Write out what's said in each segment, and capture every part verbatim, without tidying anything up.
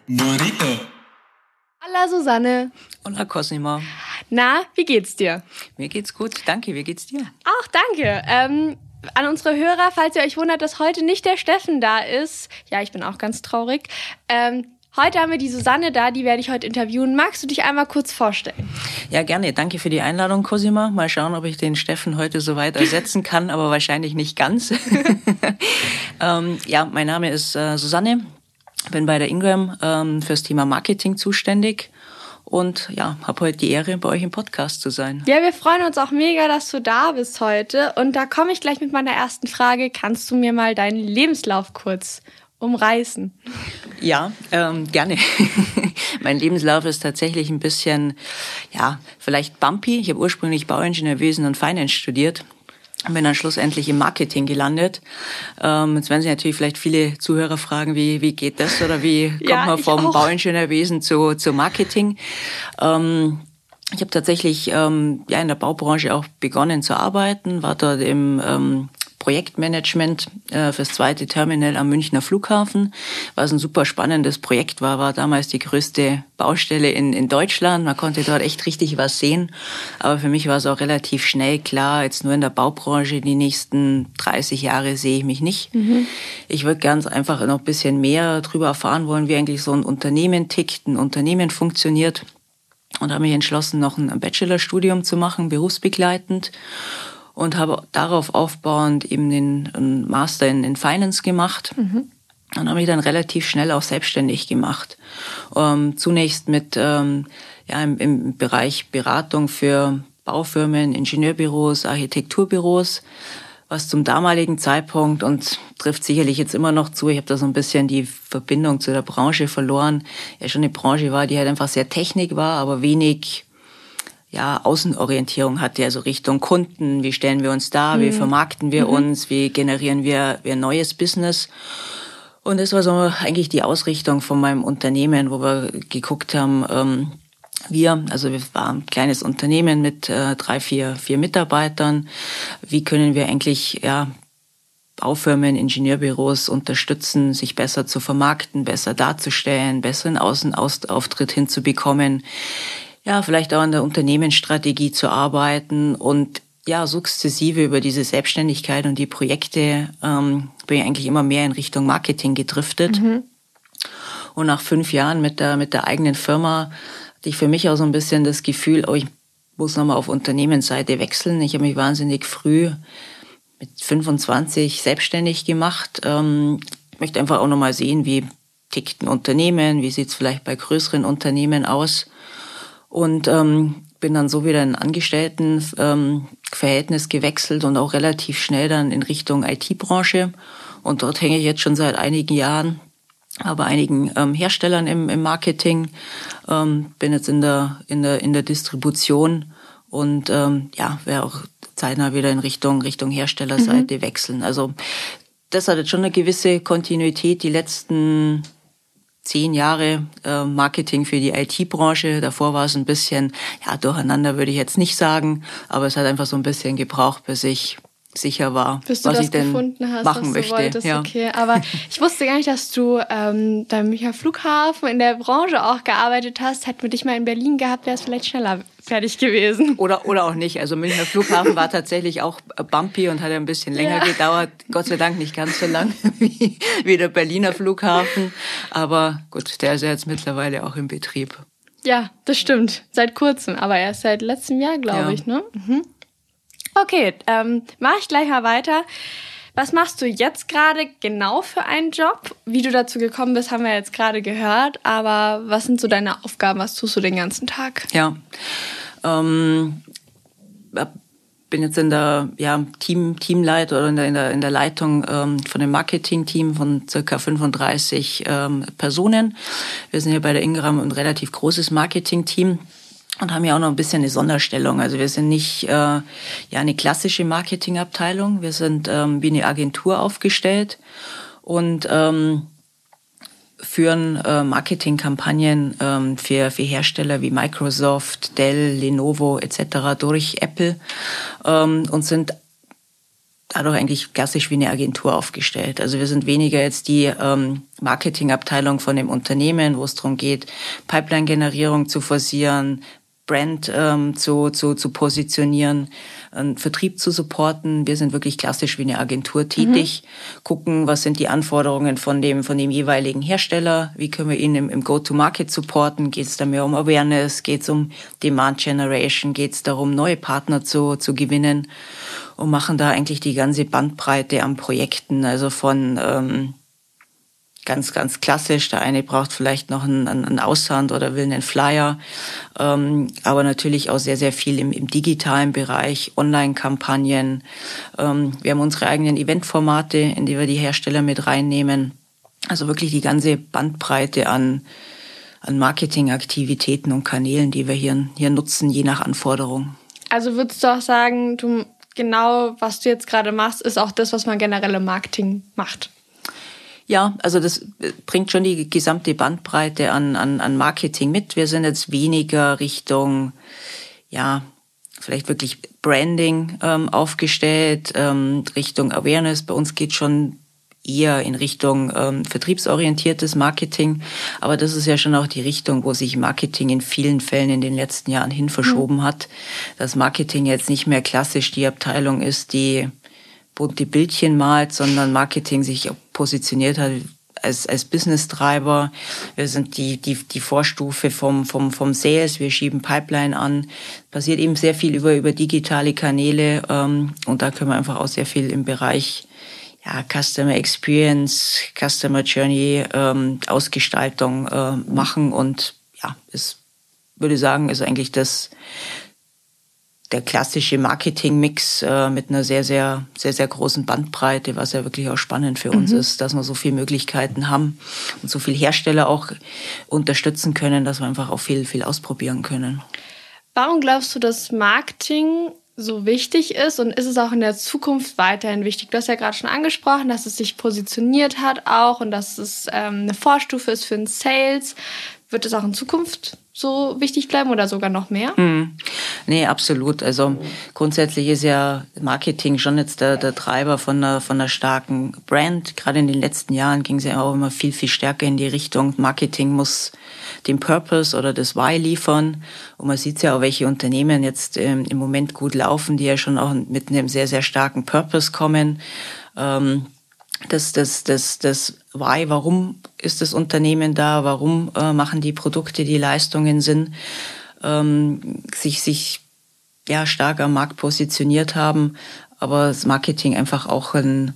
Burrito. Hola Susanne. Hola Cosima. Na, wie geht's dir? Mir geht's gut, danke. Wie geht's dir? Auch danke. Ähm, an unsere Hörer, falls ihr euch wundert, dass heute nicht der Steffen da ist. Ja, ich bin auch ganz traurig. Ähm, heute haben wir die Susanne da, die werde ich heute interviewen. Magst du dich einmal kurz vorstellen? Ja, gerne. Danke für die Einladung, Cosima. Mal schauen, ob ich den Steffen heute soweit ersetzen kann, aber wahrscheinlich nicht ganz. ähm, ja, mein Name ist äh, Susanne. Bin bei der Ingram ähm, fürs Thema Marketing zuständig. Und ja, habe heute die Ehre, bei euch im Podcast zu sein. Ja, wir freuen uns auch mega, dass du da bist heute. Und da komme ich gleich mit meiner ersten Frage. Kannst du mir mal deinen Lebenslauf kurz umreißen? Ja, ähm, gerne. Mein Lebenslauf ist tatsächlich ein bisschen, ja, vielleicht bumpy. Ich habe ursprünglich Bauingenieurwesen und Finance studiert. Bin dann schlussendlich im Marketing gelandet. Ähm, jetzt werden sich natürlich vielleicht viele Zuhörer fragen, wie wie geht das oder wie kommt ja, man vom auch. Bauingenieurwesen zu zu Marketing? Ähm, ich habe tatsächlich ähm, ja in der Baubranche auch begonnen zu arbeiten, war dort im ähm, Projektmanagement äh, fürs zweite Terminal am Münchner Flughafen, was ein super spannendes Projekt war, war damals die größte Baustelle in in Deutschland. Man konnte dort echt richtig was sehen, aber für mich war es auch relativ schnell klar, jetzt nur in der Baubranche die nächsten dreißig Jahre sehe ich mich nicht. Mhm. Ich würde ganz einfach noch ein bisschen mehr darüber erfahren wollen, wie eigentlich so ein Unternehmen tickt, ein Unternehmen funktioniert, und habe mich entschlossen, noch ein Bachelorstudium zu machen, berufsbegleitend. Und habe darauf aufbauend eben den Master in, in Finance gemacht. Mhm. Und habe mich dann relativ schnell auch selbstständig gemacht. Ähm, zunächst mit ähm, ja im, im Bereich Beratung für Baufirmen, Ingenieurbüros, Architekturbüros, was zum damaligen Zeitpunkt, und trifft sicherlich jetzt immer noch zu, ich habe da so ein bisschen die Verbindung zu der Branche verloren, ja schon eine Branche war, die halt einfach sehr Technik war, aber wenig ja, Außenorientierung hatte, also Richtung Kunden, wie stellen wir uns dar, mhm. wie vermarkten wir mhm. uns, wie generieren wir, wir neues Business. Und das war so eigentlich die Ausrichtung von meinem Unternehmen, wo wir geguckt haben, ähm, wir, also wir waren ein kleines Unternehmen mit äh, drei, vier, vier Mitarbeitern, wie können wir eigentlich, ja, Baufirmen, Ingenieurbüros unterstützen, sich besser zu vermarkten, besser darzustellen, besseren Außenauftritt hinzubekommen, ja, vielleicht auch an der Unternehmensstrategie zu arbeiten und ja, sukzessive über diese Selbstständigkeit und die Projekte ähm, bin ich eigentlich immer mehr in Richtung Marketing gedriftet. Mhm. Und nach fünf Jahren mit der mit der eigenen Firma hatte ich für mich auch so ein bisschen das Gefühl, oh, ich muss nochmal auf Unternehmensseite wechseln. Ich habe mich wahnsinnig früh mit fünfundzwanzig selbstständig gemacht. Ähm, ich möchte einfach auch nochmal sehen, wie tickt ein Unternehmen, wie sieht es vielleicht bei größeren Unternehmen aus. Und ähm, bin dann so wieder in ein Angestelltenverhältnis ähm, gewechselt und auch relativ schnell dann in Richtung I T-Branche. Und dort hänge ich jetzt schon seit einigen Jahren, aber einigen ähm, Herstellern im, im Marketing. Ähm, bin jetzt in der in der in der Distribution und ähm, ja, werde auch zeitnah wieder in Richtung Richtung Herstellerseite mhm. wechseln. Also das hat jetzt schon eine gewisse Kontinuität die letzten zehn Jahre äh, Marketing für die I T-Branche. Davor war es ein bisschen, ja, durcheinander würde ich jetzt nicht sagen, aber es hat einfach so ein bisschen gebraucht, bis ich sicher war, bis du was das ich denn gefunden hast, machen was möchte. Du wolltest, ja. Okay, aber ich wusste gar nicht, dass du ähm, beim Münchner Flughafen in der Branche auch gearbeitet hast. Hätten wir dich mal in Berlin gehabt, wäre es vielleicht schneller fertig gewesen. Oder oder auch nicht. Also Münchner Flughafen war tatsächlich auch bumpy und hat ein bisschen länger ja. gedauert. Gott sei Dank nicht ganz so lang wie, wie der Berliner Flughafen. Aber gut, der ist ja jetzt mittlerweile auch im Betrieb. Ja, das stimmt. Seit kurzem, aber erst seit letztem Jahr, glaube ja. ich, ne? Mhm. Okay, ähm, mache ich gleich mal weiter. Was machst du jetzt gerade genau für einen Job? Wie du dazu gekommen bist, haben wir jetzt gerade gehört. Aber was sind so deine Aufgaben? Was tust du den ganzen Tag? Ja, ähm, bin jetzt in der ja, Team, Teamleiter oder in der, in der, in der Leitung ähm, von dem Marketing-Team von circa fünfunddreißig ähm, Personen. Wir sind hier bei der Ingram ein relativ großes Marketing-Team. Und haben ja auch noch ein bisschen eine Sonderstellung. Also wir sind nicht äh, ja eine klassische Marketingabteilung. Wir sind ähm, wie eine Agentur aufgestellt und ähm, führen äh, Marketingkampagnen ähm, für, für Hersteller wie Microsoft, Dell, Lenovo et cetera durch Apple ähm, und sind dadurch eigentlich klassisch wie eine Agentur aufgestellt. Also wir sind weniger jetzt die ähm, Marketingabteilung von dem Unternehmen, wo es darum geht, Pipeline-Generierung zu forcieren, Brand ähm, zu, zu, zu positionieren, einen Vertrieb zu supporten. Wir sind wirklich klassisch wie eine Agentur tätig, mhm. gucken, was sind die Anforderungen von dem, von dem jeweiligen Hersteller, wie können wir ihn im, im Go-to-Market supporten, geht es da mehr um Awareness, geht es um Demand Generation, geht es darum, neue Partner zu, zu gewinnen und machen da eigentlich die ganze Bandbreite an Projekten, also von ähm, ganz, ganz klassisch. Der eine braucht vielleicht noch einen, einen Aushand oder will einen Flyer. Ähm, aber natürlich auch sehr, sehr viel im, im digitalen Bereich, Online-Kampagnen. Ähm, wir haben unsere eigenen Eventformate, in die wir die Hersteller mit reinnehmen. Also wirklich die ganze Bandbreite an, an Marketingaktivitäten und Kanälen, die wir hier, hier nutzen, je nach Anforderung. Also würdest du auch sagen, du, genau was du jetzt gerade machst, ist auch das, was man generell im Marketing macht? Ja, also das bringt schon die gesamte Bandbreite an, an, an Marketing mit. Wir sind jetzt weniger Richtung, ja, vielleicht wirklich Branding ähm, aufgestellt, ähm, Richtung Awareness. Bei uns geht schon eher in Richtung ähm, vertriebsorientiertes Marketing. Aber das ist ja schon auch die Richtung, wo sich Marketing in vielen Fällen in den letzten Jahren hin verschoben mhm. hat. Dass Marketing jetzt nicht mehr klassisch die Abteilung ist, die bunte Bildchen malt, sondern Marketing sich positioniert hat als, als Business-Treiber. Wir sind die, die, die Vorstufe vom, vom, vom Sales. Wir schieben Pipeline an. Passiert eben sehr viel über, über digitale Kanäle. Ähm, und da können wir einfach auch sehr viel im Bereich, ja, Customer Experience, Customer Journey, ähm, Ausgestaltung, äh, machen. Und ja, es würde sagen, ist eigentlich das, der klassische Marketing-Mix äh, mit einer sehr, sehr, sehr, sehr großen Bandbreite, was ja wirklich auch spannend für uns mhm. ist, dass wir so viele Möglichkeiten haben und so viele Hersteller auch unterstützen können, dass wir einfach auch viel, viel ausprobieren können. Warum glaubst du, dass Marketing so wichtig ist und ist es auch in der Zukunft weiterhin wichtig? Du hast ja gerade schon angesprochen, dass es sich positioniert hat auch und dass es ähm, eine Vorstufe ist für den Sales. Wird es auch in Zukunft so wichtig bleiben oder sogar noch mehr? Hm. Nee, absolut. Also grundsätzlich ist ja Marketing schon jetzt der, der Treiber von einer, von einer starken Brand. Gerade in den letzten Jahren ging es ja auch immer viel, viel stärker in die Richtung, Marketing muss den Purpose oder das Why liefern. Und man sieht ja auch, welche Unternehmen jetzt ähm, im Moment gut laufen, die ja schon auch mit einem sehr, sehr starken Purpose kommen. Ähm, Das, das, das, das Why, warum ist das Unternehmen da, warum äh, machen die Produkte, die Leistungen Sinn, ähm, sich, sich ja stark am Markt positioniert haben, aber das Marketing einfach auch ein,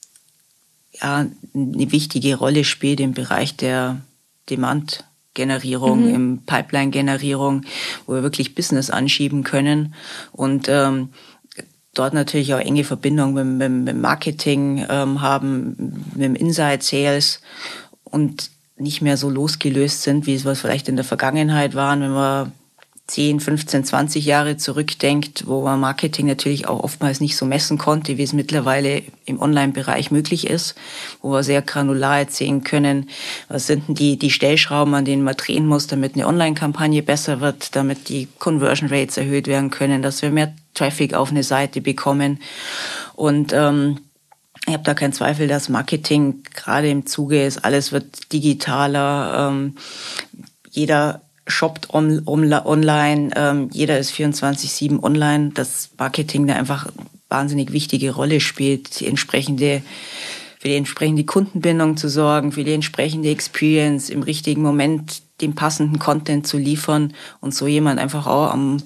ja, eine wichtige Rolle spielt im Bereich der Demand-Generierung, mhm. im Pipeline-Generierung, wo wir wirklich Business anschieben können und ähm, dort natürlich auch enge Verbindung mit, mit, mit Marketing ähm, haben, mit dem Inside Sales und nicht mehr so losgelöst sind, wie es was vielleicht in der Vergangenheit waren, wenn man zehn, fünfzehn, zwanzig Jahre zurückdenkt, wo man Marketing natürlich auch oftmals nicht so messen konnte, wie es mittlerweile im Online-Bereich möglich ist, wo wir sehr granular jetzt sehen können, was sind denn die, die Stellschrauben, an denen man drehen muss, damit eine Online-Kampagne besser wird, damit die Conversion Rates erhöht werden können, dass wir mehr Traffic auf eine Seite bekommen. Und ähm, ich habe da keinen Zweifel, dass Marketing gerade im Zuge ist, alles wird digitaler, ähm, jeder shoppt on, on, online, ähm, jeder ist vierundzwanzig sieben online, dass Marketing da einfach eine wahnsinnig wichtige Rolle spielt, die entsprechende, für die entsprechende Kundenbindung zu sorgen, für die entsprechende Experience, im richtigen Moment den passenden Content zu liefern und so jemand einfach auch am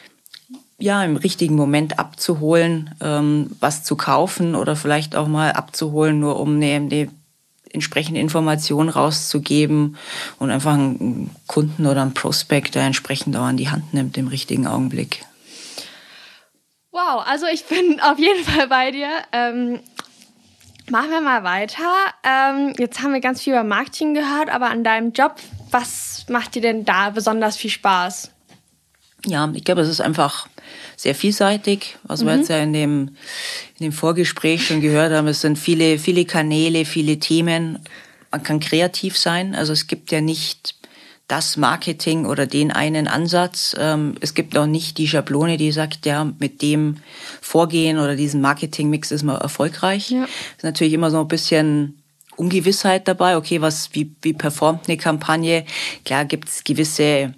ja im richtigen Moment abzuholen, ähm, was zu kaufen oder vielleicht auch mal abzuholen, nur um eine, eine entsprechende Informationen rauszugeben und einfach einen Kunden oder einen Prospect, der entsprechend auch an die Hand nimmt im richtigen Augenblick. Wow, also ich bin auf jeden Fall bei dir. Ähm, machen wir mal weiter. Ähm, jetzt haben wir ganz viel über Marketing gehört, aber an deinem Job, was macht dir denn da besonders viel Spaß? Ja, ich glaube, es ist einfach sehr vielseitig, was mhm. wir jetzt ja in dem, in dem Vorgespräch schon gehört haben. Es sind viele, viele Kanäle, viele Themen. Man kann kreativ sein. Also es gibt ja nicht das Marketing oder den einen Ansatz. Ähm, es gibt auch nicht die Schablone, die sagt, ja, mit dem Vorgehen oder diesem Marketingmix ist man erfolgreich. Ja. Ist natürlich immer so ein bisschen Ungewissheit dabei. Okay, was, wie, wie performt eine Kampagne? Klar gibt's gewisse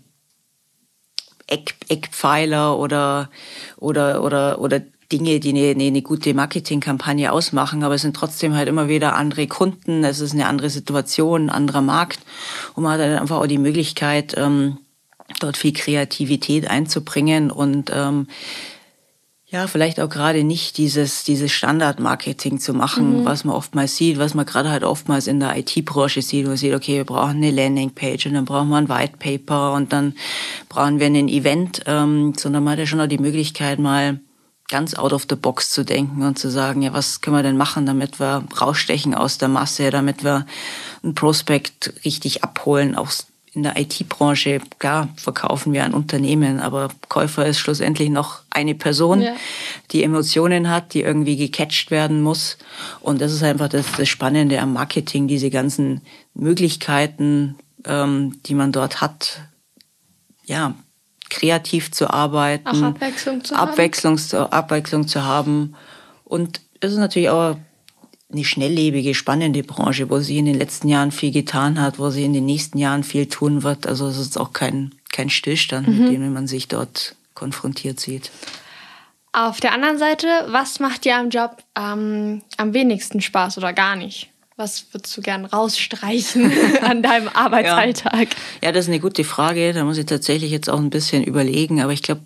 Eck, Eckpfeiler oder, oder, oder, oder Dinge, die eine, eine, eine gute Marketingkampagne ausmachen, aber es sind trotzdem halt immer wieder andere Kunden, es ist eine andere Situation, ein anderer Markt und man hat dann einfach auch die Möglichkeit, ähm, dort viel Kreativität einzubringen und ähm, ja, vielleicht auch gerade nicht dieses dieses Standardmarketing zu machen, mhm. was man oftmals sieht, was man gerade halt oftmals in der I T-Branche sieht, wo man sieht, okay, wir brauchen eine Landingpage und dann brauchen wir ein White Paper und dann brauchen wir ein Event, ähm, sondern man hat ja schon auch die Möglichkeit, mal ganz out of the box zu denken und zu sagen, ja, was können wir denn machen, damit wir rausstechen aus der Masse, damit wir einen Prospekt richtig abholen, auch in der I T-Branche, klar, verkaufen wir an Unternehmen, aber Käufer ist schlussendlich noch eine Person, ja. die Emotionen hat, die irgendwie gecatcht werden muss. Und das ist einfach das, das Spannende am Marketing, diese ganzen Möglichkeiten, ähm, die man dort hat, ja, kreativ zu arbeiten, auch Abwechslung zu Abwechslung, haben. Zu, Abwechslung zu haben. Und es ist natürlich auch eine schnelllebige, spannende Branche, wo sich in den letzten Jahren viel getan hat, wo sich in den nächsten Jahren viel tun wird. Also es ist auch kein, kein Stillstand, mhm. mit dem man sich dort konfrontiert sieht. Auf der anderen Seite, was macht dir am Job ähm, am wenigsten Spaß oder gar nicht? Was würdest du gern rausstreichen an deinem Arbeitsalltag? Ja. ja, das ist eine gute Frage. Da muss ich tatsächlich jetzt auch ein bisschen überlegen. Aber ich glaube,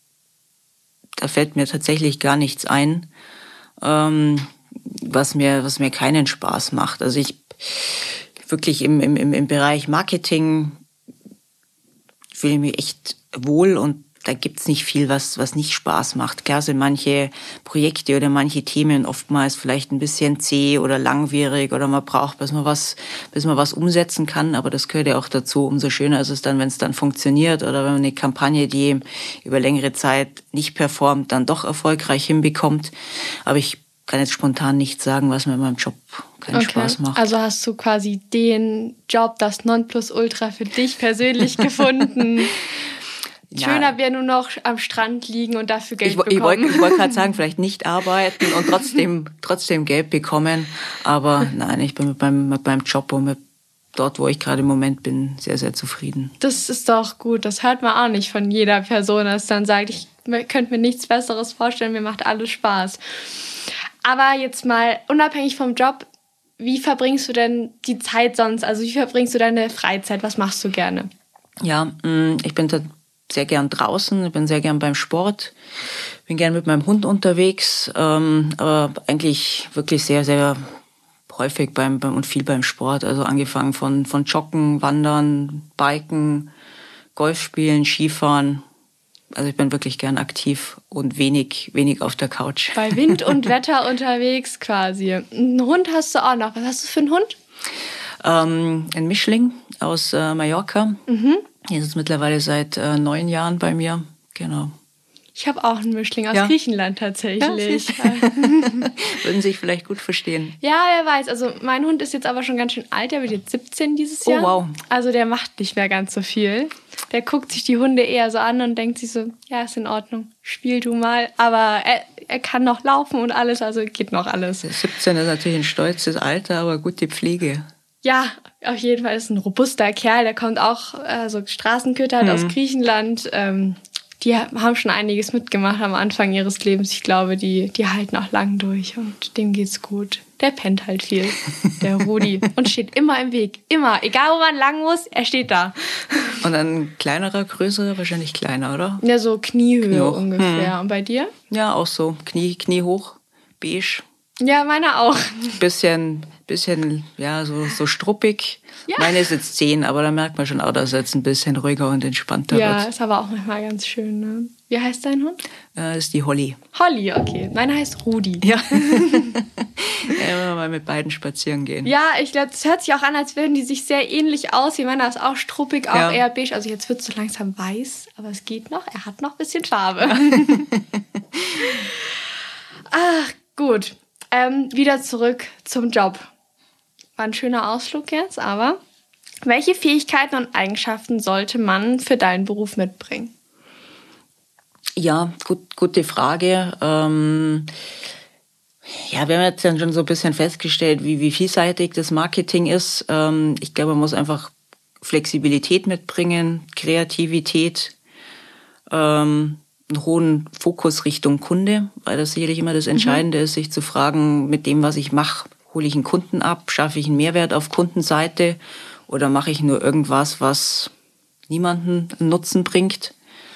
da fällt mir tatsächlich gar nichts ein, ähm, was mir, was mir keinen Spaß macht. Also ich wirklich im, im, im Bereich Marketing fühle ich mich echt wohl und da gibt's nicht viel, was, was nicht Spaß macht. Klar sind manche Projekte oder manche Themen oftmals vielleicht ein bisschen zäh oder langwierig oder man braucht, bis man was, bis man was umsetzen kann. Aber das gehört ja auch dazu. Umso schöner ist es dann, wenn es dann funktioniert oder wenn man eine Kampagne, die über längere Zeit nicht performt, dann doch erfolgreich hinbekommt. Aber ich kann jetzt spontan nicht sagen, was mir in meinem Job keinen okay. Spaß macht. Also hast du quasi den Job, das Nonplusultra für dich persönlich gefunden. Schöner wäre nur noch am Strand liegen und dafür Geld ich, bekommen. Ich wollte ich wollt gerade sagen, vielleicht nicht arbeiten und trotzdem trotzdem Geld bekommen. Aber nein, ich bin mit meinem, mit meinem Job und mit dort, wo ich gerade im Moment bin, sehr, sehr zufrieden. Das ist doch gut. Das hört man auch nicht von jeder Person, dass dann sagt, ich könnte mir nichts Besseres vorstellen, mir macht alles Spaß. Aber jetzt mal unabhängig vom Job, wie verbringst du denn die Zeit sonst? Also wie verbringst du deine Freizeit? Was machst du gerne? Ja, ich bin da sehr gern draußen, ich bin sehr gern beim Sport, bin gern mit meinem Hund unterwegs, ähm, aber eigentlich wirklich sehr, sehr häufig beim, beim und viel beim Sport. Also angefangen von, von Joggen, Wandern, Biken, Golf spielen, Skifahren. Also ich bin wirklich gern aktiv und wenig, wenig auf der Couch. Bei Wind und Wetter unterwegs quasi. Einen Hund hast du auch noch. Was hast du für einen Hund? Ähm, ein Mischling aus äh, Mallorca. Mhm. Der ist jetzt mittlerweile seit äh, neun Jahren bei mir. Genau. Ich habe auch einen Mischling aus ja. Griechenland tatsächlich. Ja, würden sich vielleicht gut verstehen. Ja, wer weiß. Also mein Hund ist jetzt aber schon ganz schön alt. Der wird jetzt siebzehn dieses Jahr. Oh, wow. Also der macht nicht mehr ganz so viel. Der guckt sich die Hunde eher so an und denkt sich so, ja, ist in Ordnung, spiel du mal. Aber er, er kann noch laufen und alles, also geht noch alles. siebzehn ist natürlich ein stolzes Alter, aber gute Pflege. Ja, auf jeden Fall ist ein robuster Kerl. Der kommt auch äh, so Straßenköter mhm. aus Griechenland. Ähm, die haben schon einiges mitgemacht am Anfang ihres Lebens. Ich glaube, die, die halten auch lang durch und dem geht's gut. Der pennt halt viel, der Rudi. Und steht immer im Weg. Immer. Egal, wo man lang muss, er steht da. Und ein kleinerer, größerer, wahrscheinlich kleiner, oder? Ja, so Kniehöhe Knie ungefähr. Hm. Und bei dir? Ja, auch so. Knie, Knie hoch, beige. Ja, meine auch. Bisschen, bisschen, ja, so, so struppig. Ja. Meine ist jetzt zehn, aber da merkt man schon auch, dass er jetzt ein bisschen ruhiger und entspannter ja, wird. Ja, ist aber auch manchmal ganz schön, ne? Wie heißt dein Hund? Äh, das ist die Holly. Holly, okay. Meine heißt Rudi. Ja. Ja, mal mit beiden spazieren gehen. Ja, ich glaube, es hört sich auch an, als würden die sich sehr ähnlich aussehen. Meiner ist auch struppig, auch ja. eher beige. Also jetzt wird es so langsam weiß, aber es geht noch. Er hat noch ein bisschen Farbe. Ja. Ach, gut. Ähm, wieder zurück zum Job. War ein schöner Ausflug jetzt, aber Welche Fähigkeiten und Eigenschaften sollte man für deinen Beruf mitbringen? Ja, gut, gute Frage. Ähm, ja, wir haben jetzt dann schon so ein bisschen festgestellt, wie, wie vielseitig das Marketing ist. Ähm, ich glaube, man muss einfach Flexibilität mitbringen, Kreativität, ähm, einen hohen Fokus Richtung Kunde, weil das sicherlich immer das Entscheidende mhm. ist, sich zu fragen, mit dem, was ich mache, hole ich einen Kunden ab, schaffe ich einen Mehrwert auf Kundenseite oder mache ich nur irgendwas, was niemanden einen Nutzen bringt.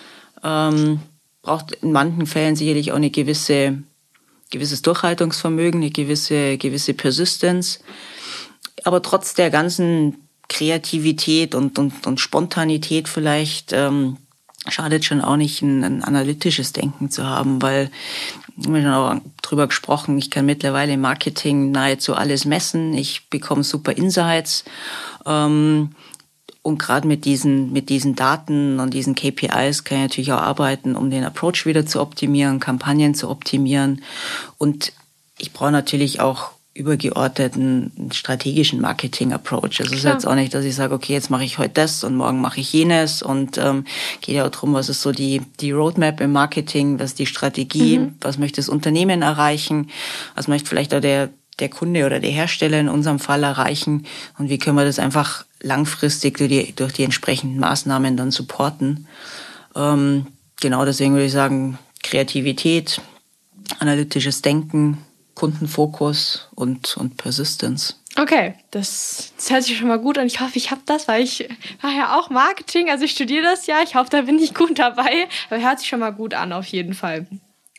Ähm, braucht in manchen Fällen sicherlich auch eine gewisse gewisses Durchhaltungsvermögen, eine gewisse gewisse Persistence. Aber trotz der ganzen Kreativität und und, und Spontanität vielleicht ähm, schadet schon auch nicht, ein, ein analytisches Denken zu haben, weil wir haben schon auch drüber gesprochen, ich kann mittlerweile im Marketing nahezu alles messen, ich bekomme super Insights ähm, und gerade mit diesen mit diesen Daten und diesen K P Is kann ich natürlich auch arbeiten, um den Approach wieder zu optimieren, Kampagnen zu optimieren und ich brauche natürlich auch übergeordneten strategischen Marketing-Approach. Also es ist jetzt auch nicht, dass ich sage, okay, jetzt mache ich heute das und morgen mache ich jenes und ähm, geht ja auch darum, was ist so die die Roadmap im Marketing, was ist die Strategie, mhm. was möchte das Unternehmen erreichen, was möchte vielleicht auch der der Kunde oder der Hersteller in unserem Fall erreichen und wie können wir das einfach langfristig durch die, durch die entsprechenden Maßnahmen dann supporten. Ähm, genau deswegen würde ich sagen, Kreativität, analytisches Denken, Kundenfokus und, und Persistence. Okay, das, das hört sich schon mal gut an. Ich hoffe, ich habe das, weil ich mache ja auch Marketing, also ich studiere das ja. Ich hoffe, da bin ich gut dabei. Aber hört sich schon mal gut an, auf jeden Fall.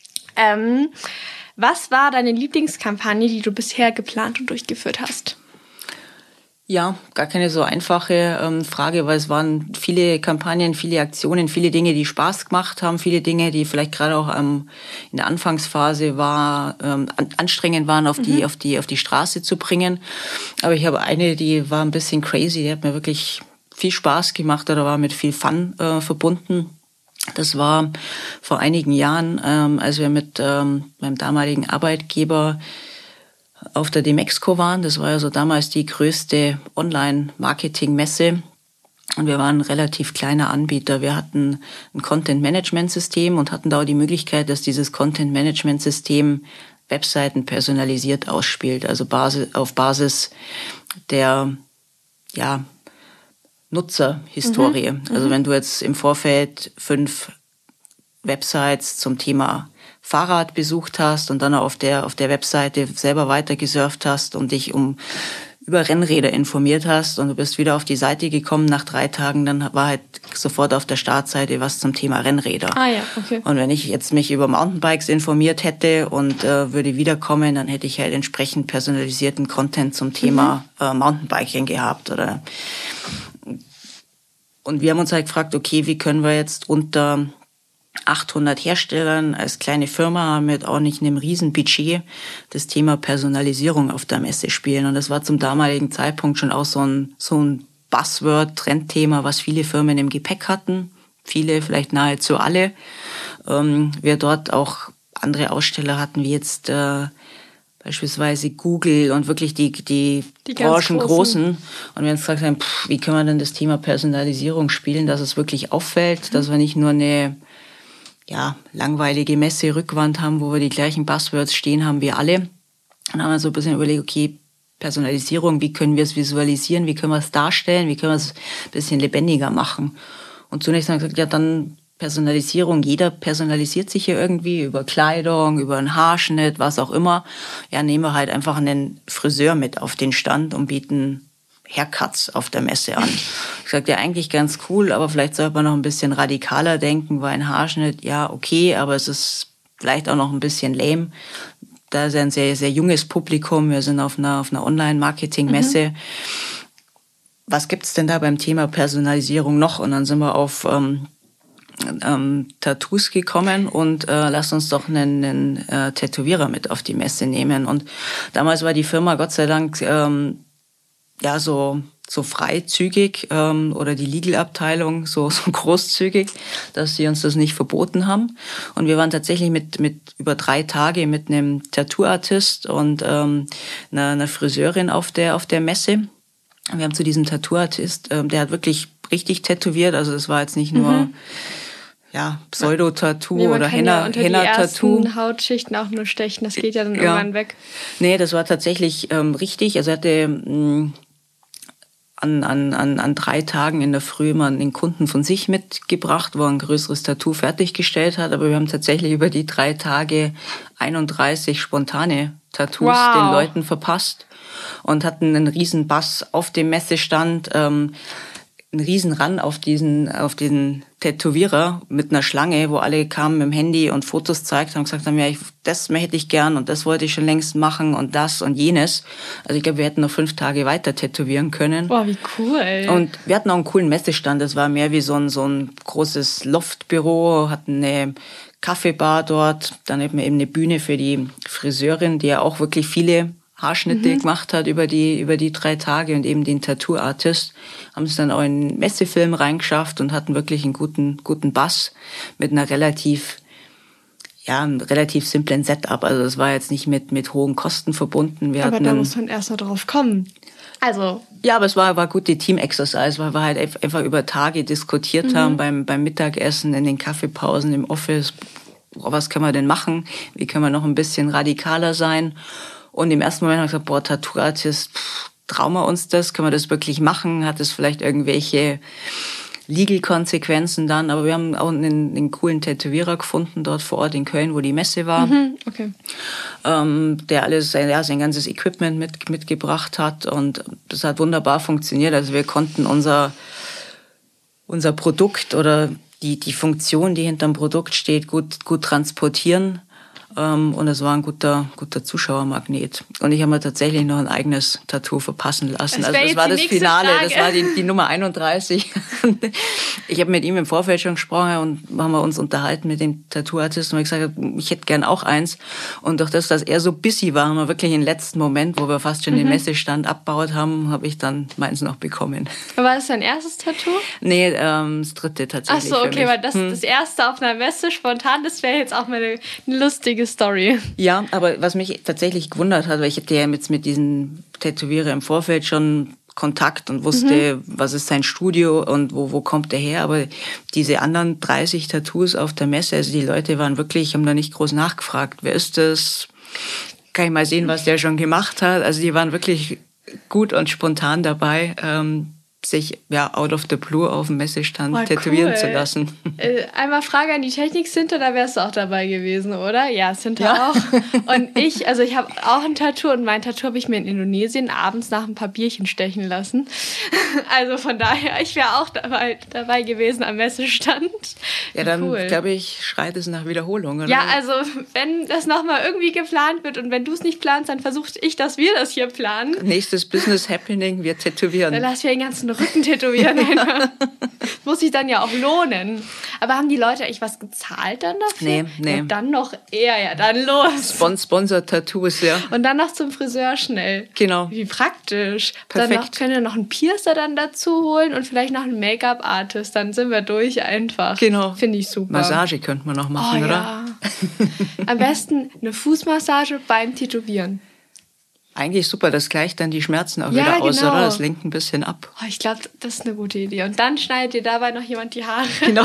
Ähm, was war deine Lieblingskampagne, die du bisher geplant und durchgeführt hast? Ja, gar keine so einfache ähm, Frage, weil es waren viele Kampagnen, viele Aktionen, viele Dinge, die Spaß gemacht haben, viele Dinge, die vielleicht gerade auch ähm, in der Anfangsphase war, ähm, an, anstrengend waren, auf die, mhm. auf die, auf die Straße zu bringen. Aber ich habe eine, die war ein bisschen crazy, die hat mir wirklich viel Spaß gemacht oder war mit viel Fun äh, verbunden. Das war vor einigen Jahren, ähm, als wir mit ähm, meinem damaligen Arbeitgeber auf der Demexco waren. Das war ja so damals die größte Online-Marketing-Messe. Und wir waren ein relativ kleiner Anbieter. Wir hatten ein Content-Management-System und hatten da auch die Möglichkeit, dass dieses Content-Management-System Webseiten personalisiert ausspielt. Also Basis, auf Basis der ja, Nutzerhistorie. Mhm. Also wenn du jetzt im Vorfeld fünf Websites zum Thema Fahrrad besucht hast und dann auf der auf der Webseite selber weiter gesurft hast und dich um über Rennräder informiert hast und du bist wieder auf die Seite gekommen nach drei Tagen, dann war halt sofort auf der Startseite was zum Thema Rennräder. Ah ja, okay. Und wenn ich jetzt mich über Mountainbikes informiert hätte und äh, würde wiederkommen, dann hätte ich halt entsprechend personalisierten Content zum Thema mhm. äh, Mountainbiking gehabt oder. Und wir haben uns halt gefragt, okay, wie können wir jetzt unter achthundert Herstellern als kleine Firma mit auch nicht einem riesen Budget das Thema Personalisierung auf der Messe spielen. Und das war zum damaligen Zeitpunkt schon auch so ein, so ein Buzzword, Trendthema, was viele Firmen im Gepäck hatten. Viele, vielleicht nahezu alle. Ähm, wir dort auch andere Aussteller hatten, wie jetzt äh, beispielsweise Google und wirklich die, die, die Branchengroßen. Und wir uns gesagt haben, pff, wie können wir denn das Thema Personalisierung spielen, dass es wirklich auffällt, mhm. dass wir nicht nur eine ja, langweilige Messe-Rückwand haben, wo wir die gleichen Buzzwords stehen haben wie alle. Und dann haben wir so ein bisschen überlegt, okay, Personalisierung, wie können wir es visualisieren, wie können wir es darstellen, wie können wir es ein bisschen lebendiger machen. Und zunächst haben wir gesagt, ja, dann Personalisierung, jeder personalisiert sich hier irgendwie über Kleidung, über einen Haarschnitt, was auch immer. Ja, nehmen wir halt einfach einen Friseur mit auf den Stand und bieten Haircuts auf der Messe an. Ich sagte, ja, eigentlich ganz cool, aber vielleicht sollte man noch ein bisschen radikaler denken, weil ein Haarschnitt, ja, okay, aber es ist vielleicht auch noch ein bisschen lame. Da ist ein sehr, sehr junges Publikum. Wir sind auf einer, auf einer Online-Marketing-Messe. Mhm. Was gibt's denn da beim Thema Personalisierung noch? Und dann sind wir auf ähm, ähm, Tattoos gekommen und äh, lasst uns doch einen, einen äh, Tätowierer mit auf die Messe nehmen. Und damals war die Firma Gott sei Dank ähm, ja so so freizügig ähm, oder die Legal-Abteilung so so großzügig, dass sie uns das nicht verboten haben. Und wir waren tatsächlich mit mit über drei Tage mit einem Tattoo-Artist und ähm, einer, einer Friseurin auf der auf der Messe. Wir haben zu diesem Tattoo-Artist, ähm, der hat wirklich richtig tätowiert. Also es war jetzt nicht nur mhm. ja, Pseudo-Tattoo nee, oder Henna-Tattoo. Ja unter die ersten Hautschichten auch nur stechen, das geht ja dann ja. irgendwann weg. Nee, das war tatsächlich ähm, richtig. Also er hatte mh, an, an, an, an drei Tagen in der Früh mal einen Kunden von sich mitgebracht, wo er ein größeres Tattoo fertiggestellt hat. Aber wir haben tatsächlich über die drei Tage einunddreißig spontane Tattoos wow. den Leuten verpasst und hatten einen riesen Bass auf dem Messestand, ähm, einen riesen Run auf diesen, auf den Tätowierer mit einer Schlange, wo alle kamen mit dem Handy und Fotos zeigt haben und gesagt haben, ja, ich, das hätte ich gern und das wollte ich schon längst machen und das und jenes. Also ich glaube, wir hätten noch fünf Tage weiter tätowieren können. Boah, wie cool. Und wir hatten auch einen coolen Messestand. Das war mehr wie so ein, so ein großes Loftbüro, hatten eine Kaffeebar dort, dann eben eben eine Bühne für die Friseurin, die ja auch wirklich viele Haarschnitte mhm. gemacht hat über die über die drei Tage und eben den Tattoo-Artist, haben es dann auch in einen Messefilm reingeschafft und hatten wirklich einen guten guten Bass mit einer relativ ja einem relativ simplen Setup. Also es war jetzt nicht mit mit hohen Kosten verbunden. Wir aber hatten da einen, muss man erst mal drauf kommen. Also ja, aber es war war gute Team-Exercise, weil wir halt einfach über Tage diskutiert mhm. haben beim beim Mittagessen, in den Kaffeepausen im Office. Was können wir denn machen? Wie können wir noch ein bisschen radikaler sein? Und im ersten Moment habe ich gesagt, boah, Tattoo-Artist, pff, trauen wir uns das? Können wir das wirklich machen? Hat es vielleicht irgendwelche Legal-Konsequenzen dann? Aber wir haben auch einen, einen coolen Tätowierer gefunden dort vor Ort in Köln, wo die Messe war. Mhm, okay. Ähm, der alles, ja, sein ganzes Equipment mit, mitgebracht hat. Und das hat wunderbar funktioniert. Also wir konnten unser, unser Produkt oder die, die Funktion, die hinterm Produkt steht, gut, gut transportieren. Und es war ein guter, guter Zuschauermagnet. Und ich habe mir tatsächlich noch ein eigenes Tattoo verpassen lassen. Das also das war das Finale, Frage. Das war die, die Nummer einunddreißig. Ich habe mit ihm im Vorfeld schon gesprochen und haben wir uns unterhalten mit dem Tattoo-Artisten und ich gesagt, ich hätte gern auch eins. Und durch das, dass er so busy war, haben wir wirklich im letzten Moment, wo wir fast schon mhm. den Messestand abgebaut haben, habe ich dann meins noch bekommen. War das dein erstes Tattoo? Nee, ähm, das dritte tatsächlich. Ach so, okay, weil das, hm. das erste auf einer Messe spontan, das wäre jetzt auch mal eine, eine lustige Story. Ja, aber was mich tatsächlich gewundert hat, weil ich hatte ja jetzt mit diesen Tätowierer im Vorfeld schon Kontakt und wusste, mhm. was ist sein Studio und wo, wo kommt er her. Aber diese anderen dreißig Tattoos auf der Messe, also die Leute waren wirklich, haben da nicht groß nachgefragt, wer ist das? Kann ich mal sehen, was der schon gemacht hat. Also die waren wirklich gut und spontan dabei, ähm, sich ja out of the blue auf dem Messestand oh, tätowieren cool. zu lassen. Äh, einmal Frage an die Technik-Center, da wärst du auch dabei gewesen, oder? Ja, Center ja. auch. Und ich, also ich habe auch ein Tattoo und mein Tattoo habe ich mir in Indonesien abends nach ein paar Bierchen stechen lassen. Also von daher, ich wäre auch dabei, dabei gewesen am Messestand. Ja, dann cool. glaube ich, schreit es nach Wiederholung, oder? Ja, also wenn das nochmal irgendwie geplant wird und wenn du es nicht planst, dann versuche ich, dass wir das hier planen. Nächstes Business Happening, wir tätowieren. Dann lass wir den ganzen Rücken tätowieren. Muss sich dann ja auch lohnen. Aber haben die Leute echt was gezahlt dann dafür? Nee, nee. Ja, dann noch eher, ja, dann los. Spon- Sponsor-Tattoos, ja. Und dann noch zum Friseur schnell. Genau. Wie praktisch. Perfekt. Dann noch, können wir noch einen Piercer dann dazu holen und vielleicht noch einen Make-up-Artist. Dann sind wir durch einfach. Genau. Finde ich super. Massage könnte man noch machen, oh, oder? Ja. Am besten eine Fußmassage beim Tätowieren. Eigentlich super, das gleicht dann die Schmerzen auch ja, wieder aus, genau. oder? Das lenkt ein bisschen ab. Oh, ich glaube, das ist eine gute Idee. Und dann schneidet dir dabei noch jemand die Haare. Genau.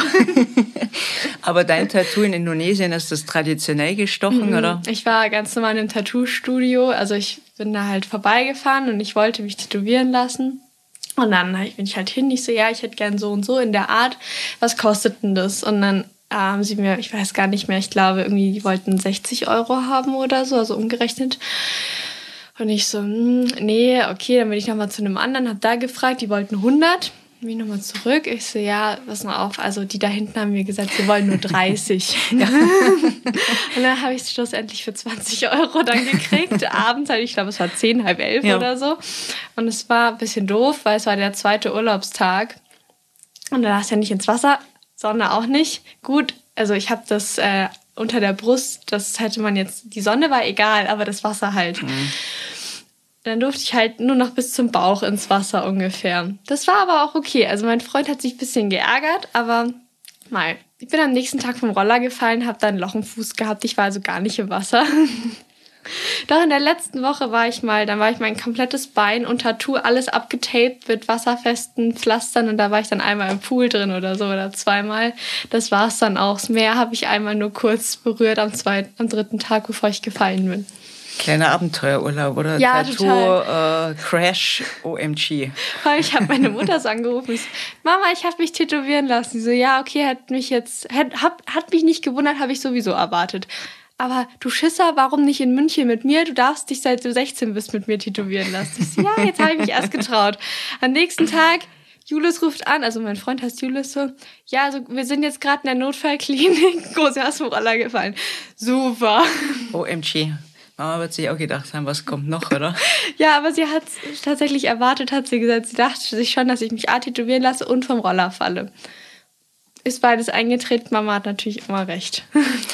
Aber dein Tattoo in Indonesien, ist das traditionell gestochen, mhm. oder? Ich war ganz normal in einem Tattoo-Studio. Also ich bin da halt vorbeigefahren und ich wollte mich tätowieren lassen. Und dann bin ich halt hin. Ich so, ja, ich hätte gern so und so in der Art. Was kostet denn das? Und dann haben ähm, sie mir, ich weiß gar nicht mehr, ich glaube, irgendwie, die wollten sechzig Euro haben oder so, also umgerechnet. Und ich so, nee, okay, dann bin ich nochmal zu einem anderen, hab da gefragt, die wollten hundert. Bin ich nochmal zurück. Ich so, ja, pass mal auf, also die da hinten haben mir gesagt, sie wollen nur dreißig. Ja. Und dann habe ich es schlussendlich für zwanzig Euro dann gekriegt. Abends, halt, ich glaube, es war zehn, halb elf ja. oder so. Und es war ein bisschen doof, weil es war der zweite Urlaubstag. Und da darfst du ja nicht ins Wasser, Sonne auch nicht. Gut, also ich habe das äh, unter der Brust, das hätte man jetzt, die Sonne war egal, aber das Wasser halt. Mhm. Dann durfte ich halt nur noch bis zum Bauch ins Wasser ungefähr. Das war aber auch okay. Also mein Freund hat sich ein bisschen geärgert, aber mal. Ich bin am nächsten Tag vom Roller gefallen, habe da ein Loch im Fuß gehabt. Ich war also gar nicht im Wasser. Doch in der letzten Woche war ich mal, dann war ich mein komplettes Bein und Tattoo, alles abgetaped mit wasserfesten Pflastern und da war ich dann einmal im Pool drin oder so oder zweimal. Das war's dann auch. Das Meer habe ich einmal nur kurz berührt am zweiten, am dritten Tag, bevor ich gefallen bin. Kleiner Abenteuerurlaub oder ja, Tattoo, äh, Crash, O M G. Ich habe meine Mutter so angerufen. Ich so, Mama, ich habe mich tätowieren lassen. Sie so, ja, okay, hat mich jetzt, hat, hat, hat mich nicht gewundert, habe ich sowieso erwartet. Aber du Schisser, warum nicht in München mit mir? Du darfst dich seit du sechzehn bist mit mir tätowieren lassen. Ich so, ja, jetzt habe ich mich erst getraut. Am nächsten Tag, Julius ruft an, also mein Freund heißt Julius so, ja, also wir sind jetzt gerade in der Notfallklinik. Groß aus dem Roller gefallen. Super. O M G. Mama wird sich auch gedacht haben, was kommt noch, oder? Ja, aber sie hat es tatsächlich erwartet, hat sie gesagt. Sie dachte sich schon, dass ich mich A tätowieren lasse und vom Roller falle. Ist beides eingetreten. Mama hat natürlich immer recht.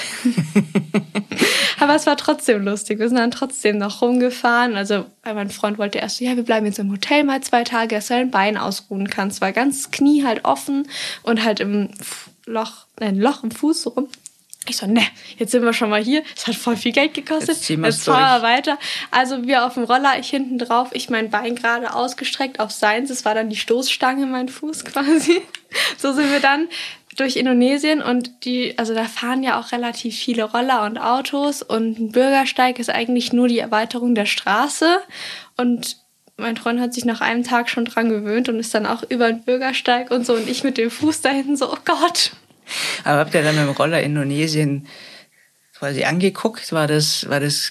Aber es war trotzdem lustig. Wir sind dann trotzdem noch rumgefahren. Also, weil mein Freund wollte erst so, ja, wir bleiben jetzt im Hotel mal zwei Tage, dass du dein Bein ausruhen kannst. War ganz Knie halt offen und halt im Loch, ein Loch im Fuß so rum. Ich so, ne, jetzt sind wir schon mal hier. Es hat voll viel Geld gekostet. Jetzt ziehen jetzt fahren wir weiter. Also wir auf dem Roller, ich hinten drauf, ich mein Bein gerade ausgestreckt auf seins. Es war dann die Stoßstange, mein Fuß quasi. So sind wir dann durch Indonesien und die, also da fahren ja auch relativ viele Roller und Autos und ein Bürgersteig ist eigentlich nur die Erweiterung der Straße und mein Freund hat sich nach einem Tag schon dran gewöhnt und ist dann auch über den Bürgersteig und so und ich mit dem Fuß da hinten so, oh Gott. Aber habt ihr dann mit dem Roller Indonesien quasi angeguckt? War das, war das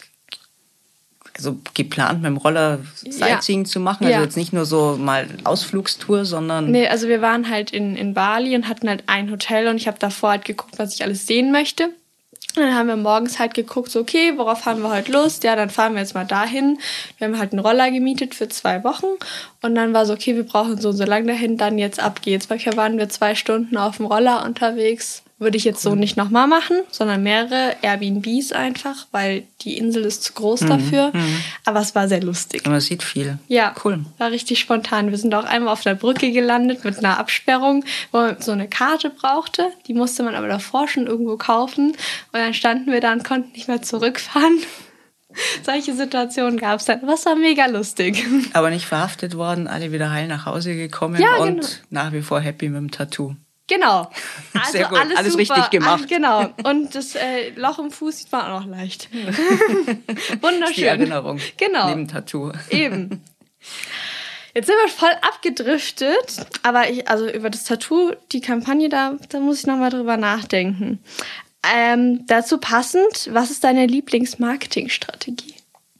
also geplant, mit dem Roller Sightseeing ja. zu machen? Also ja. jetzt nicht nur so mal Ausflugstour, sondern... Nee, also wir waren halt in, in Bali und hatten halt ein Hotel und ich habe davor halt geguckt, was ich alles sehen möchte. Und dann haben wir morgens halt geguckt, so okay, worauf haben wir heute Lust? Ja, dann fahren wir jetzt mal dahin. Wir haben halt einen Roller gemietet für zwei Wochen. Und dann war so, okay, wir brauchen so und so lang dahin, dann jetzt ab geht's. Weil hier waren wir zwei Stunden auf dem Roller unterwegs. Würde ich jetzt cool. so nicht nochmal machen, sondern mehrere Airbnbs einfach, weil die Insel ist zu groß mhm. dafür. Mhm. Aber es war sehr lustig. Man sieht viel. Ja, cool. War richtig spontan. Wir sind auch einmal auf der Brücke gelandet mit einer Absperrung, wo man so eine Karte brauchte. Die musste man aber davor schon irgendwo kaufen. Und dann standen wir da und konnten nicht mehr zurückfahren. Solche Situationen gab es dann. Was war mega lustig. Aber nicht verhaftet worden, alle wieder heil nach Hause gekommen ja, und genau. nach wie vor happy mit dem Tattoo. Genau. Also sehr gut, alles, alles richtig gemacht. Ach, genau. Und das äh, Loch im Fuß sieht man auch noch leicht. Wunderschön. Die Erinnerung. Genau. Neben Tattoo. Eben. Jetzt sind wir voll abgedriftet, aber ich, also über das Tattoo, die Kampagne, da, da muss ich nochmal drüber nachdenken. Ähm, dazu passend, was ist deine Lieblingsmarketingstrategie?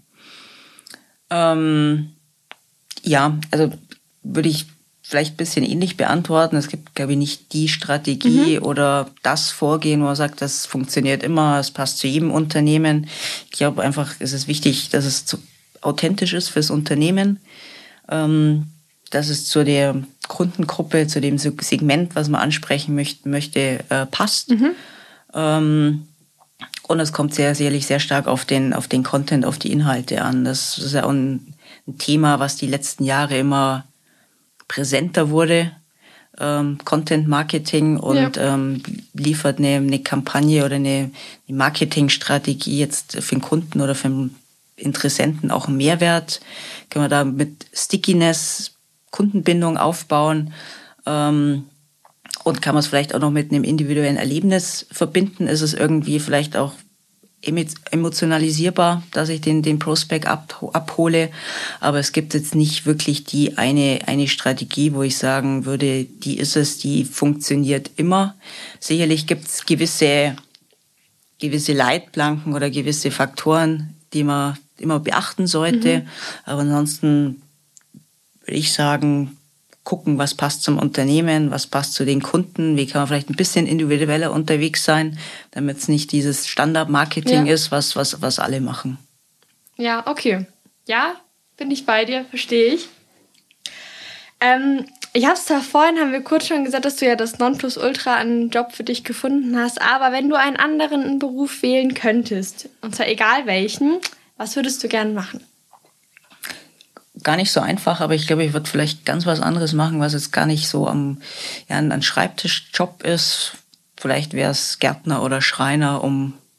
Ähm, ja, also würde ich vielleicht ein bisschen ähnlich beantworten. Es gibt, glaube ich, nicht die Strategie mhm. oder das Vorgehen, wo man sagt, das funktioniert immer, es passt zu jedem Unternehmen. Ich glaube einfach, es ist wichtig, dass es zu, authentisch ist fürs Unternehmen, ähm, dass es zu der Kundengruppe, zu dem Segment, was man ansprechen möchte, möchte äh, passt. Mhm. Ähm, und es kommt sehr, sicherlich sehr stark auf den, auf den Content, auf die Inhalte an. Das ist ja auch ein, ein Thema, was die letzten Jahre immer präsenter wurde, ähm, Content Marketing und ja. ähm, liefert eine, eine Kampagne oder eine, eine Marketingstrategie jetzt für den Kunden oder für den Interessenten auch einen Mehrwert. Können wir da mit Stickiness, Kundenbindung aufbauen ähm, und kann man es vielleicht auch noch mit einem individuellen Erlebnis verbinden? Ist es irgendwie vielleicht auch emotionalisierbar, dass ich den, den Prospect ab, abhole. Aber es gibt jetzt nicht wirklich die eine, eine Strategie, wo ich sagen würde, die ist es, die funktioniert immer. Sicherlich gibt es gewisse, gewisse Leitplanken oder gewisse Faktoren, die man immer beachten sollte. Mhm. Aber ansonsten würde ich sagen, gucken, was passt zum Unternehmen, was passt zu den Kunden, wie kann man vielleicht ein bisschen individueller unterwegs sein, damit es nicht dieses Standard-Marketing ja. ist, was, was, was alle machen. Ja, okay. Ja, bin ich bei dir, verstehe ich. Ähm, ich habe es da vorhin, haben wir kurz schon gesagt, dass du ja das Nonplusultra einen Job für dich gefunden hast, aber wenn du einen anderen Beruf wählen könntest, und zwar egal welchen, was würdest du gern machen? Gar nicht so einfach, aber ich glaube, ich würde vielleicht ganz was anderes machen, was jetzt gar nicht so am, ja, ein Schreibtischjob ist. Vielleicht wäre es Gärtner oder Schreiner, um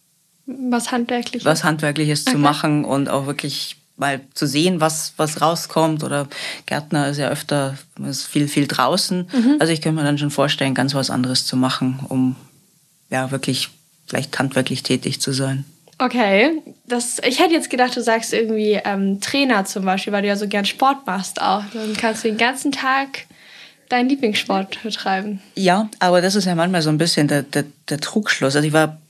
Was Handwerkliches? Was Handwerkliches okay. zu machen und auch wirklich mal zu sehen, was was rauskommt. Oder Gärtner ist ja öfter ist viel, viel draußen. Mhm. Also ich könnte mir dann schon vorstellen, ganz was anderes zu machen, um ja wirklich vielleicht handwerklich tätig zu sein. Okay, das, ich hätte jetzt gedacht, du sagst irgendwie ähm, Trainer zum Beispiel, weil du ja so gern Sport machst auch. Dann kannst du den ganzen Tag deinen Lieblingssport betreiben. Ja, aber das ist ja manchmal so ein bisschen der, der, der Trugschluss. Also ich war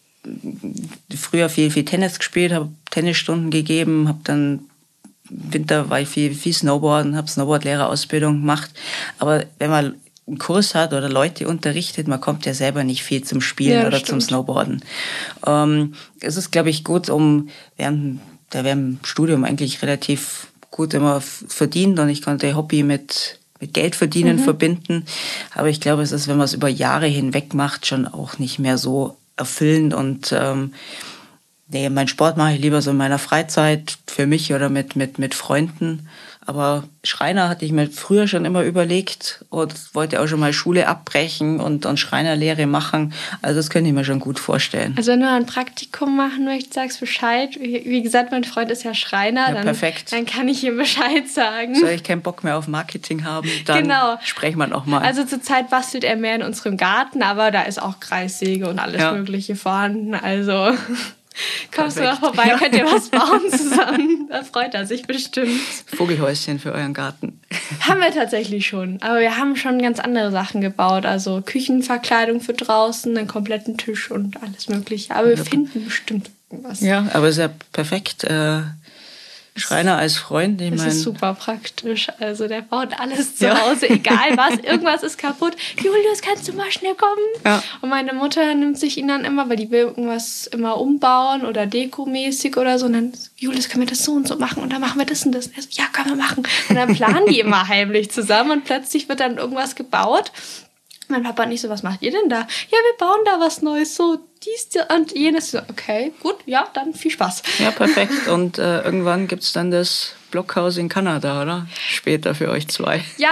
früher viel, viel Tennis gespielt, habe Tennisstunden gegeben, habe dann im Winter war ich viel, viel Snowboarden, habe Snowboardlehrerausbildung gemacht. Aber wenn man einen Kurs hat oder Leute unterrichtet, man kommt ja selber nicht viel zum Spielen ja, oder stimmt. zum Snowboarden. Ähm, es ist, glaube ich, gut, um während, da während dem Studium eigentlich relativ gut immer verdient und ich konnte Hobby mit, mit Geld verdienen mhm. verbinden. Aber ich glaube, es ist, wenn man es über Jahre hinweg macht, schon auch nicht mehr so erfüllend und ähm, nee, meinen Sport mache ich lieber so in meiner Freizeit für mich oder mit, mit, mit Freunden. Aber Schreiner hatte ich mir früher schon immer überlegt und wollte auch schon mal Schule abbrechen und, und Schreinerlehre machen. Also das könnte ich mir schon gut vorstellen. Also wenn du ein Praktikum machen möchtest, sagst Bescheid. Wie gesagt, mein Freund ist ja Schreiner. Ja, dann, perfekt. Dann kann ich ihm Bescheid sagen. Soll ich keinen Bock mehr auf Marketing haben, dann genau. sprechen wir noch mal. Also zurzeit bastelt er mehr in unserem Garten, aber da ist auch Kreissäge und alles ja. Mögliche vorhanden. Also... Kommst Perfekt. Du mal vorbei, ja. Könnt ihr was bauen zusammen? Da freut er sich bestimmt. Vogelhäuschen für euren Garten. Haben wir tatsächlich schon. Aber wir haben schon ganz andere Sachen gebaut. Also Küchenverkleidung für draußen, einen kompletten Tisch und alles Mögliche. Aber wir ja. finden bestimmt irgendwas. Ja, aber ist ja perfekt. Äh, Schreiner als Freund. Ich das mein, ist super praktisch. Also der baut alles zu ja. Hause, egal was. Irgendwas ist kaputt. Julius, kannst du mal schnell kommen? Ja. Und meine Mutter nimmt sich ihn dann immer, weil die will irgendwas immer umbauen oder dekomäßig oder so. Und dann, Julius, können wir das so und so machen? Und dann machen wir das und das. Und er so, ja, können wir machen. Und dann planen die immer heimlich zusammen und plötzlich wird dann irgendwas gebaut. Mein Papa und ich so, was macht ihr denn da? Ja, wir bauen da was Neues, so dies und jenes. So, okay, gut, ja, dann viel Spaß. Ja, perfekt. Und äh, irgendwann gibt's dann das Blockhaus in Kanada, oder? Später für euch zwei. Ja,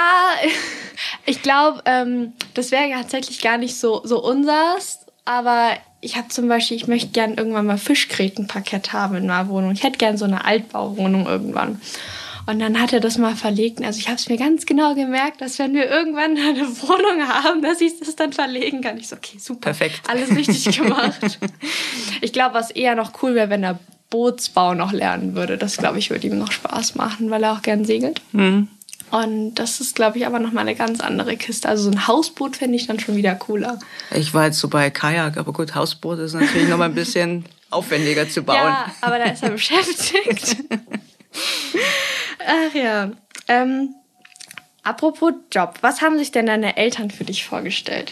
ich glaube, ähm, das wäre tatsächlich gar nicht so, so unsers. Aber ich habe zum Beispiel, ich möchte gern irgendwann mal Fischgrätenparkett haben in meiner Wohnung. Ich hätte gern so eine Altbauwohnung irgendwann. Und dann hat er das mal verlegt. Also ich habe es mir ganz genau gemerkt, dass wenn wir irgendwann eine Wohnung haben, dass ich das dann verlegen kann. Ich so, okay, super. Perfekt. Alles richtig gemacht. Ich glaube, was eher noch cool wäre, wenn er Bootsbau noch lernen würde. Das, glaube ich, würde ihm noch Spaß machen, weil er auch gern segelt. Mhm. Und das ist, glaube ich, aber nochmal eine ganz andere Kiste. Also so ein Hausboot fände ich dann schon wieder cooler. Ich war jetzt so bei Kajak, aber gut, Hausboot ist natürlich noch mal ein bisschen aufwendiger zu bauen. Ja, aber da ist er beschäftigt. Ach ja. Ähm, apropos Job, was haben sich denn deine Eltern für dich vorgestellt?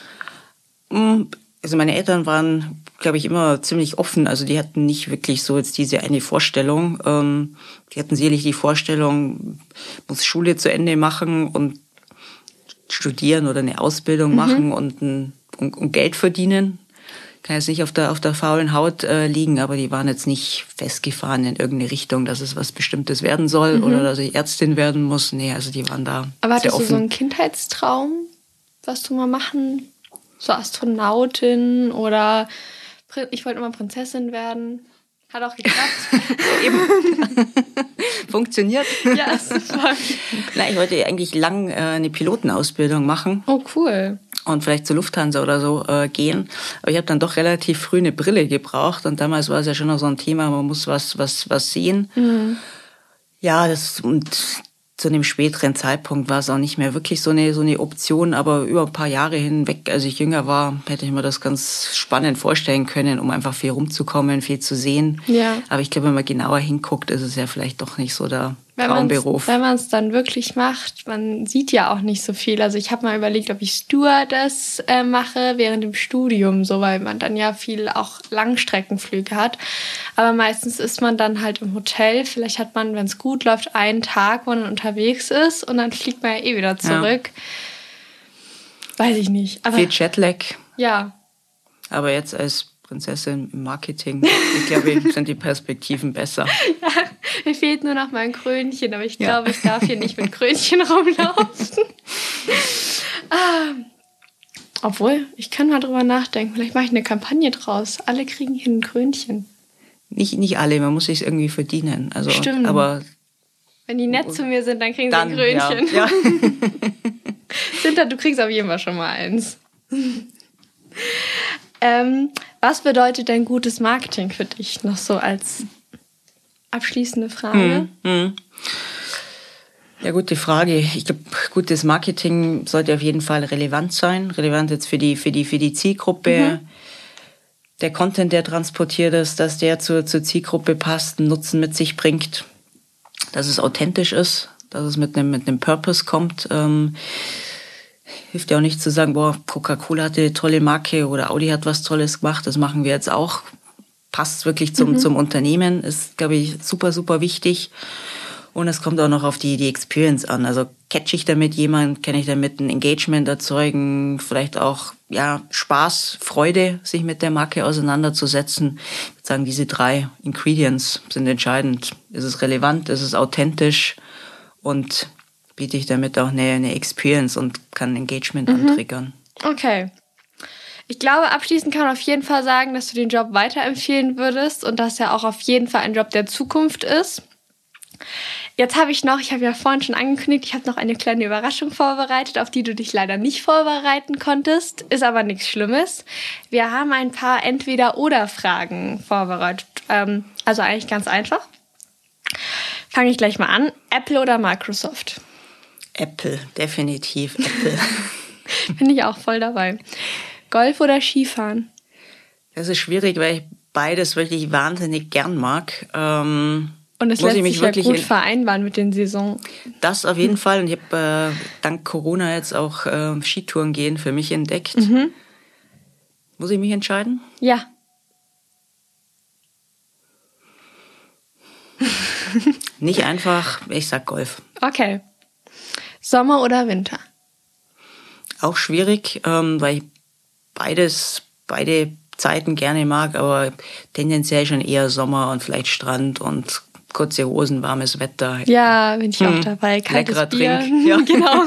Also meine Eltern waren, glaube ich, immer ziemlich offen. Also die hatten nicht wirklich so jetzt diese eine Vorstellung. Ähm, die hatten sicherlich die Vorstellung, muss Schule zu Ende machen und studieren oder eine Ausbildung mhm. machen und, ein, und, und Geld verdienen. Kann jetzt nicht auf der, auf der faulen Haut äh, liegen, aber die waren jetzt nicht festgefahren in irgendeine Richtung, dass es was Bestimmtes werden soll mhm. oder dass ich Ärztin werden muss. Nee, also die waren da aber sehr hattest offen. Du so einen Kindheitstraum, was du mal machen? So Astronautin oder ich wollte immer Prinzessin werden. Hat auch geklappt. Eben. Funktioniert. Ja, super. Nein, ich wollte eigentlich lang äh, eine Pilotenausbildung machen. Oh, cool. Und vielleicht zur Lufthansa oder so äh, gehen. Aber ich habe dann doch relativ früh eine Brille gebraucht. Und damals war es ja schon noch so ein Thema, man muss was was was sehen. Mhm. Ja, das und zu einem späteren Zeitpunkt war es auch nicht mehr wirklich so eine so eine Option. Aber über ein paar Jahre hinweg, als ich jünger war, hätte ich mir das ganz spannend vorstellen können, um einfach viel rumzukommen, viel zu sehen. Ja. Aber ich glaube, wenn man genauer hinguckt, ist es ja vielleicht doch nicht so der Wenn Traumberuf. Wenn man es dann wirklich macht, man sieht ja auch nicht so viel. Also ich habe mal überlegt, ob ich Stewardess äh, mache während dem Studium, so weil man dann ja viel auch Langstreckenflüge hat. Aber meistens ist man dann halt im Hotel. Vielleicht hat man, wenn es gut läuft, einen Tag, wo man unterwegs ist und dann fliegt man ja eh wieder zurück. Ja. Weiß ich nicht. Aber viel Jetlag. Ja. Aber jetzt als Prinzessin im Marketing, ich glaube, sind die Perspektiven besser. Ja, mir fehlt nur noch mein Krönchen, aber ich glaube, ja. ich darf hier nicht mit Krönchen rumlaufen. ah, Obwohl, ich kann mal drüber nachdenken. Vielleicht mache ich eine Kampagne draus. Alle kriegen hier ein Krönchen. Nicht, nicht alle, man muss sich irgendwie verdienen. Also, Stimmt. Aber wenn die nett zu mir sind, dann kriegen dann, sie ein Krönchen. Ja, ja. Sinter, du kriegst auf jeden Fall schon mal eins. ähm, was bedeutet denn gutes Marketing für dich? Noch so als abschließende Frage. Hm, hm. Ja, gute Frage. Ich glaube, gutes Marketing sollte auf jeden Fall relevant sein. Relevant jetzt für die, für die, für die Zielgruppe. Mhm. Der Content, der transportiert ist, dass der zur, zur Zielgruppe passt, einen Nutzen mit sich bringt, dass es authentisch ist, dass es mit einem, mit einem Purpose kommt. Ähm, hilft ja auch nicht zu sagen, boah, Coca-Cola hatte eine tolle Marke oder Audi hat was Tolles gemacht, das machen wir jetzt auch. Passt wirklich zum, mhm. zum Unternehmen, ist, glaube ich, super, super wichtig. Und es kommt auch noch auf die, die Experience an. Also catch ich damit jemand, kann ich damit ein Engagement erzeugen, vielleicht auch ja Spaß, Freude, sich mit der Marke auseinanderzusetzen. Ich würde sagen, diese drei Ingredients sind entscheidend. Ist es relevant, ist es authentisch und biete ich damit auch eine, eine Experience und kann Engagement mhm. antriggern. Okay. Ich glaube, abschließend kann man auf jeden Fall sagen, dass du den Job weiterempfehlen würdest und dass er auch auf jeden Fall ein Job der Zukunft ist. Jetzt habe ich noch, ich habe ja vorhin schon angekündigt, ich habe noch eine kleine Überraschung vorbereitet, auf die du dich leider nicht vorbereiten konntest. Ist aber nichts Schlimmes. Wir haben ein paar Entweder-oder-Fragen vorbereitet. Ähm, also eigentlich ganz einfach. Fange ich gleich mal an. Apple oder Microsoft? Apple, definitiv Apple. Bin ich auch voll dabei. Golf oder Skifahren? Das ist schwierig, weil ich beides wirklich wahnsinnig gern mag. Ähm Und es lässt sich ja gut vereinbaren mit den Saison. Das auf jeden Fall. Und ich habe äh, dank Corona jetzt auch äh, Skitouren gehen für mich entdeckt. Mhm. Muss ich mich entscheiden? Ja. Nicht einfach, ich sag Golf. Okay. Sommer oder Winter? Auch schwierig, ähm, weil ich beides, beide Zeiten gerne mag, aber tendenziell schon eher Sommer und vielleicht Strand und kurze Hosen, warmes Wetter. Ja, bin ich hm. auch dabei. Kaltes Leckerer Bier. Trink. Ja. Genau.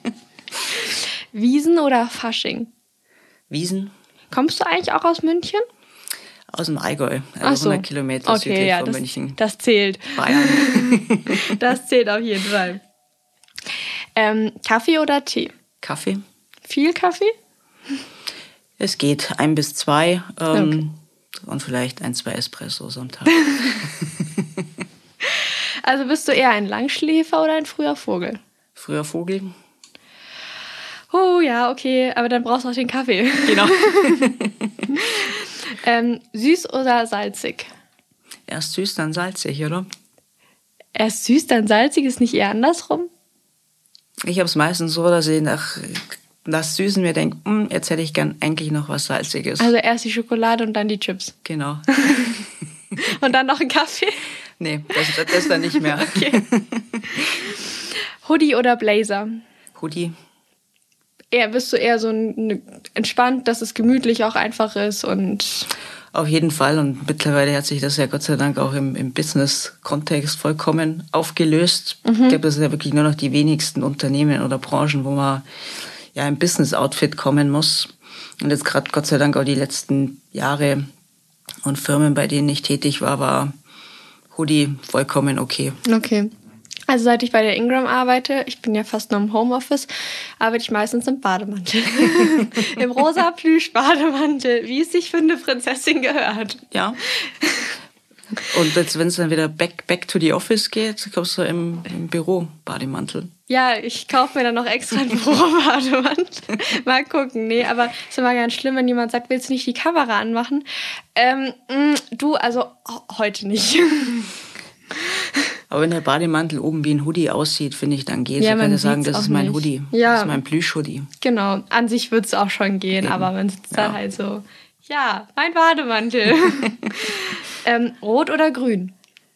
Wiesn oder Fasching? Wiesn. Kommst du eigentlich auch aus München? Aus dem Allgäu, also Ach so. hundert Kilometer okay, südlich ja, von das, München. Das zählt. Bayern. Das zählt auf jeden Fall. Ähm, Kaffee oder Tee? Kaffee. Viel Kaffee? Es geht, ein bis zwei ähm, okay. und vielleicht ein, zwei Espressos am Tag. Also bist du eher ein Langschläfer oder ein früher Vogel? Früher Vogel. Oh ja, okay, aber dann brauchst du auch den Kaffee. Genau. ähm, süß oder salzig? Erst süß, dann salzig, oder? Erst süß, dann salzig, ist nicht eher andersrum? Ich habe es meistens so, dass ich nach das Süßen mir denke, hm, jetzt hätte ich gern eigentlich noch was Salziges. Also erst die Schokolade und dann die Chips. Genau. Und dann noch ein Kaffee? Nee, das, das dann nicht mehr. Okay. Hoodie oder Blazer? Hoodie. Eher, bist du eher so ein, entspannt, dass es gemütlich auch einfach ist und... Auf jeden Fall. Und mittlerweile hat sich das ja Gott sei Dank auch im, im Business-Kontext vollkommen aufgelöst. Mhm. Ich glaube, das sind ja wirklich nur noch die wenigsten Unternehmen oder Branchen, wo man ja im Business-Outfit kommen muss. Und jetzt gerade Gott sei Dank auch die letzten Jahre und Firmen, bei denen ich tätig war, war Hoodie vollkommen okay. Okay. Also seit ich bei der Ingram arbeite, ich bin ja fast nur im Homeoffice, arbeite ich meistens im Bademantel. Im rosa Plüsch-Bademantel, wie es sich für eine Prinzessin gehört. Ja. Und jetzt, wenn es dann wieder back, back to the office geht, kommst du im, im Büro Bademantel. Ja, ich kaufe mir dann noch extra einen Büro-Bademantel. Mal gucken. Nee, aber es ist immer ganz schlimm, wenn jemand sagt, willst du nicht die Kamera anmachen? Ähm, mh, du, also heute nicht. Aber wenn der Bademantel oben wie ein Hoodie aussieht, finde ich, dann geht es. Ja, man kann ja sagen, das ist mein nicht. Hoodie. Ja. Das ist mein Plüsch-Hoodie. Genau, an sich wird es auch schon gehen, eben. Aber man sitzt ja. da halt so, ja, mein Bademantel. ähm, rot oder grün?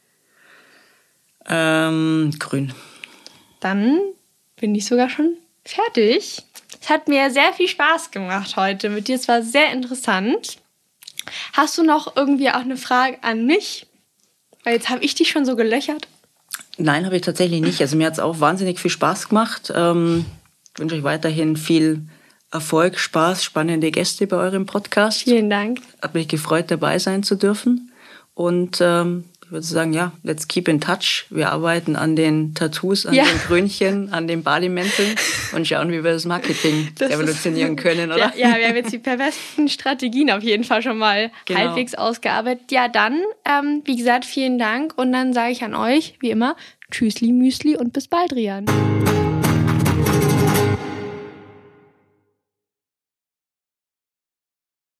Ähm, grün. Dann bin ich sogar schon fertig. Es hat mir sehr viel Spaß gemacht heute mit dir. Es war sehr interessant. Hast du noch irgendwie auch eine Frage an mich? Weil jetzt habe ich dich schon so gelöchert. Nein, habe ich tatsächlich nicht. Also mir hat es auch wahnsinnig viel Spaß gemacht. Ähm, ich wünsche euch weiterhin viel Erfolg, Spaß, spannende Gäste bei eurem Podcast. Vielen Dank. Hat mich gefreut, dabei sein zu dürfen. Und ähm, ich würde sagen, ja, let's keep in touch. Wir arbeiten an den Tattoos, an ja. den Krönchen, an den Balimänteln und schauen, wie wir das Marketing das revolutionieren ist, können, oder? Ja, ja, wir haben jetzt die perversen Strategien auf jeden Fall schon mal genau. halbwegs ausgearbeitet. Ja, dann, ähm, wie gesagt, vielen Dank. Und dann sage ich an euch, wie immer, Tschüssli, Müsli und bis bald, Rian.